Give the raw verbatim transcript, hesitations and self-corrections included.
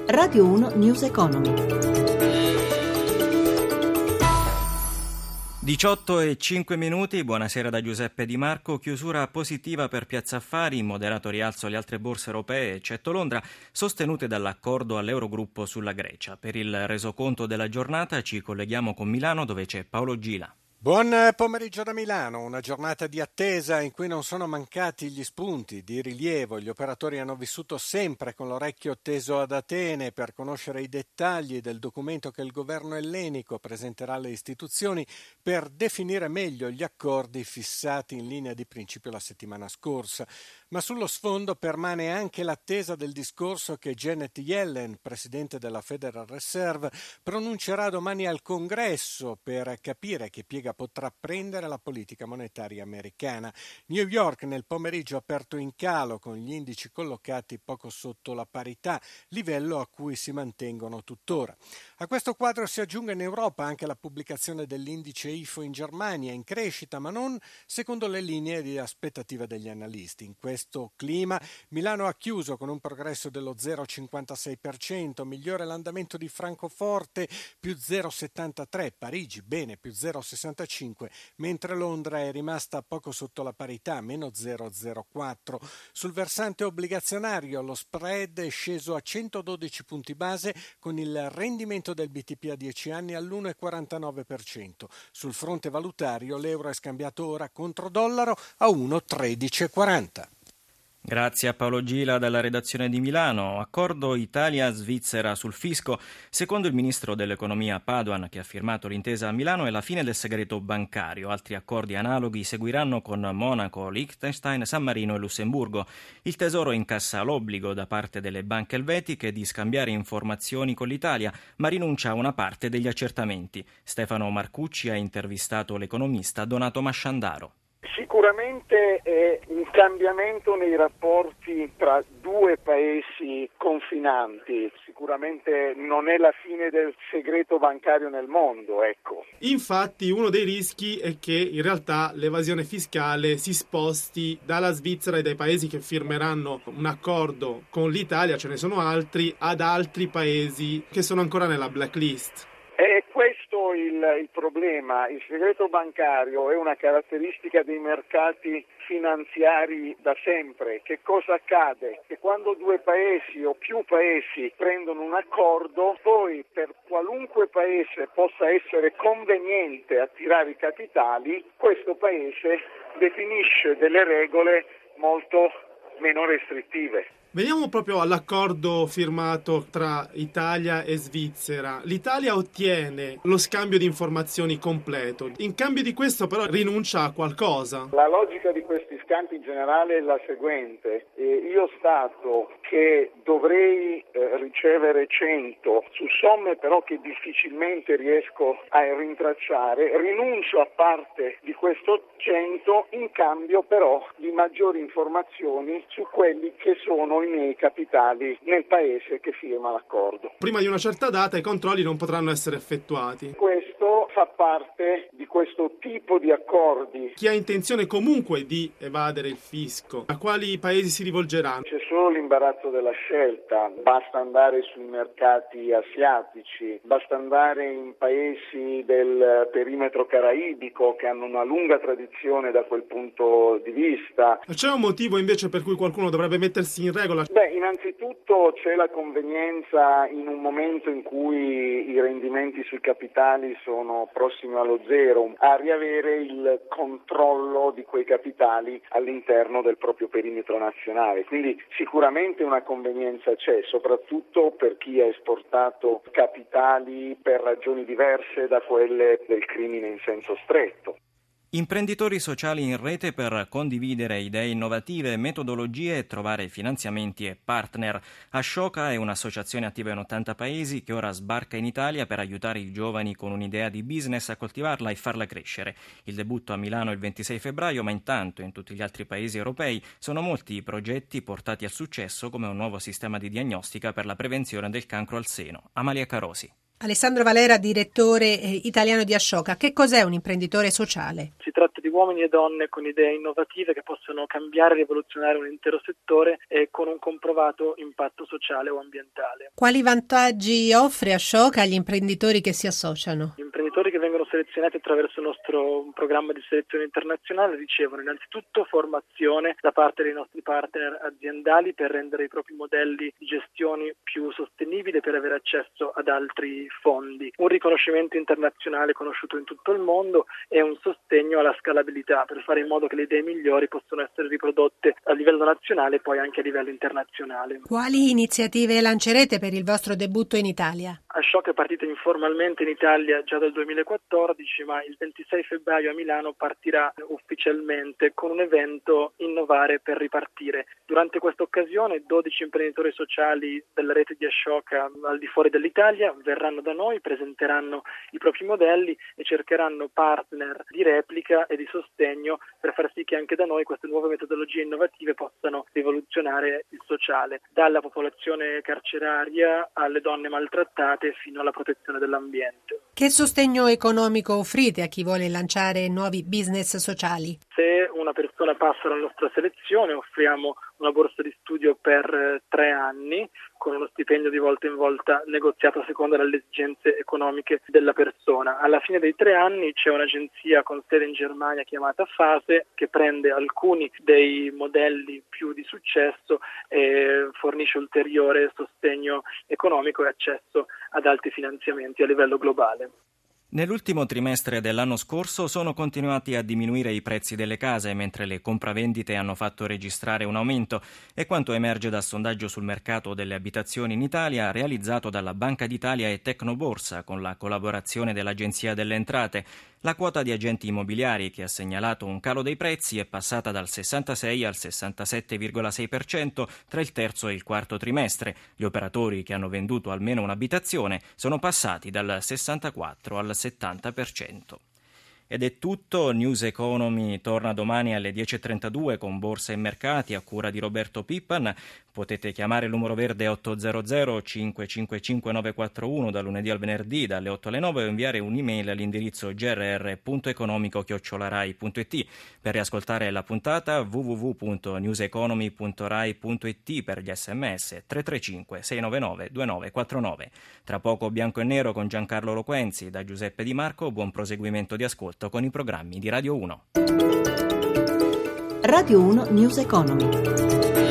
Radio uno News Economy. diciotto e cinque minuti, buonasera da Giuseppe Di Marco. Chiusura positiva per Piazza Affari, moderato rialzo alle altre borse europee, eccetto Londra, sostenute dall'accordo all'Eurogruppo sulla Grecia. Per il resoconto della giornata ci colleghiamo con Milano, dove c'è Paolo Gila. Buon pomeriggio da Milano, una giornata di attesa in cui non sono mancati gli spunti di rilievo. Gli operatori hanno vissuto sempre con l'orecchio teso ad Atene per conoscere i dettagli del documento che il governo ellenico presenterà alle istituzioni per definire meglio gli accordi fissati in linea di principio la settimana scorsa. Ma sullo sfondo permane anche l'attesa del discorso che Janet Yellen, presidente della Federal Reserve, pronuncerà domani al Congresso per capire che piega potrà prendere la politica monetaria americana. New York nel pomeriggio aperto in calo con gli indici collocati poco sotto la parità, livello a cui si mantengono tuttora. A questo quadro si aggiunge in Europa anche la pubblicazione dell'indice I F O in Germania, in crescita ma non secondo le linee di aspettativa degli analisti. In questo clima Milano ha chiuso con un progresso dello zero virgola cinquantasei per cento, migliore l'andamento di Francoforte più zero virgola settantatré, Parigi bene più zero virgola sessantacinque, mentre Londra è rimasta poco sotto la parità, meno zero virgola zero quattro. Sul versante obbligazionario lo spread è sceso a centododici punti base con il rendimento del B T P a dieci anni all'uno virgola quarantanove per cento. Sul fronte valutario l'euro è scambiato ora contro dollaro a uno virgola tredici quaranta. Grazie a Paolo Gila dalla redazione di Milano. Accordo Italia-Svizzera sul fisco. Secondo il ministro dell'economia Padoan, che ha firmato l'intesa a Milano, è la fine del segreto bancario. Altri accordi analoghi seguiranno con Monaco, Liechtenstein, San Marino e Lussemburgo. Il Tesoro incassa l'obbligo da parte delle banche elvetiche di scambiare informazioni con l'Italia, ma rinuncia a una parte degli accertamenti. Stefano Marcucci ha intervistato l'economista Donato Masciandaro. Sicuramente è un cambiamento nei rapporti tra due paesi confinanti, sicuramente non è la fine del segreto bancario nel mondo, ecco. Infatti uno dei rischi è che in realtà l'evasione fiscale si sposti dalla Svizzera e dai paesi che firmeranno un accordo con l'Italia, ce ne sono altri, ad altri paesi che sono ancora nella blacklist. È questo il, il problema. Il segreto bancario è una caratteristica dei mercati finanziari da sempre. Che cosa accade? Che quando due paesi o più paesi prendono un accordo, poi per qualunque paese possa essere conveniente attirare i capitali, questo paese definisce delle regole molto meno restrittive. Veniamo proprio all'accordo firmato tra Italia e Svizzera. L'Italia ottiene lo scambio di informazioni completo. In cambio di questo però rinuncia a qualcosa. La logica di questi scambi in generale è la seguente. Eh, io Stato che dovrei eh, ricevere cento su somme però che difficilmente riesco a rintracciare, rinuncio a parte di questo cento in cambio però di maggiori informazioni su quelli che sono i miei capitali nel paese che firma l'accordo. Prima di una certa data i controlli non potranno essere effettuati. Questo fa parte di questo tipo di accordi. Chi ha intenzione comunque di evadere il fisco, a quali paesi si rivolgeranno? C'è solo l'imbarazzo della scelta, basta andare sui mercati asiatici, basta andare in paesi del perimetro caraibico che hanno una lunga tradizione da quel punto di vista. C'è un motivo invece per cui qualcuno dovrebbe mettersi in regola? Beh, innanzitutto c'è la convenienza in un momento in cui i rendimenti sui capitali sono prossimi allo zero, a riavere il controllo di quei capitali all'interno del proprio perimetro nazionale. Quindi sicuramente una convenienza c'è, soprattutto per chi ha esportato capitali per ragioni diverse da quelle del crimine in senso stretto. Imprenditori sociali in rete per condividere idee innovative, metodologie e trovare finanziamenti e partner. Ashoka è un'associazione attiva in ottanta paesi che ora sbarca in Italia per aiutare i giovani con un'idea di business a coltivarla e farla crescere. Il debutto a Milano il ventisei febbraio, ma intanto in tutti gli altri paesi europei sono molti i progetti portati al successo come un nuovo sistema di diagnostica per la prevenzione del cancro al seno. Amalia Carosi. Alessandro Valera, direttore eh, italiano di Ashoka. Che cos'è un imprenditore sociale? Si tratta di uomini uomini e donne con idee innovative che possono cambiare e rivoluzionare un intero settore e con un comprovato impatto sociale o ambientale. Quali vantaggi offre Ashoka agli imprenditori che si associano? Gli imprenditori che vengono selezionati attraverso il nostro programma di selezione internazionale ricevono innanzitutto formazione da parte dei nostri partner aziendali per rendere i propri modelli di gestione più sostenibili e per avere accesso ad altri fondi, un riconoscimento internazionale conosciuto in tutto il mondo e un sostegno alla scalabilità per fare in modo che le idee migliori possano essere riprodotte a livello nazionale e poi anche a livello internazionale. Quali iniziative lancerete per il vostro debutto in Italia? Ashoka è partita informalmente in Italia già dal duemilaquattordici, ma il ventisei febbraio a Milano partirà ufficialmente con un evento Innovare per ripartire. Durante questa occasione dodici imprenditori sociali della rete di Ashoka al di fuori dell'Italia verranno da noi, presenteranno i propri modelli e cercheranno partner di replica e di sostegno per far sì che anche da noi queste nuove metodologie innovative possano rivoluzionare il sociale, dalla popolazione carceraria alle donne maltrattate fino alla protezione dell'ambiente. Che sostegno economico offrite a chi vuole lanciare nuovi business sociali? Se una persona passa la nostra selezione offriamo una borsa di studio per tre anni con uno stipendio di volta in volta negoziato a seconda delle esigenze economiche della persona. Alla fine dei tre anni c'è un'agenzia con sede in Germania chiamata Fase che prende alcuni dei modelli più di successo e fornisce ulteriore sostegno economico e accesso ad altri finanziamenti a livello globale. Nell'ultimo trimestre dell'anno scorso sono continuati a diminuire i prezzi delle case, mentre le compravendite hanno fatto registrare un aumento. È quanto emerge dal sondaggio sul mercato delle abitazioni in Italia realizzato dalla Banca d'Italia e Tecnoborsa con la collaborazione dell'Agenzia delle Entrate. La quota di agenti immobiliari che ha segnalato un calo dei prezzi è passata dal sessantasei al sessantasette virgola sei per cento tra il terzo e il quarto trimestre. Gli operatori che hanno venduto almeno un'abitazione sono passati dal sessantaquattro al settanta per cento. Ed è tutto. News Economy torna domani alle dieci e trentadue con Borsa e Mercati a cura di Roberto Pippan. Potete chiamare il numero verde otto zero zero cinque cinque cinque nove quattro uno da lunedì al venerdì dalle otto alle nove o inviare un'email all'indirizzo g r r punto economico chiocciola rai punto it. Per riascoltare la puntata w w w punto news economy punto rai punto it per gli sms tre tre cinque sei nove nove due nove quattro nove. Tra poco Bianco e Nero con Giancarlo Loquenzi. Da Giuseppe Di Marco buon proseguimento di ascolto con i programmi di Radio uno. Radio uno News Economy.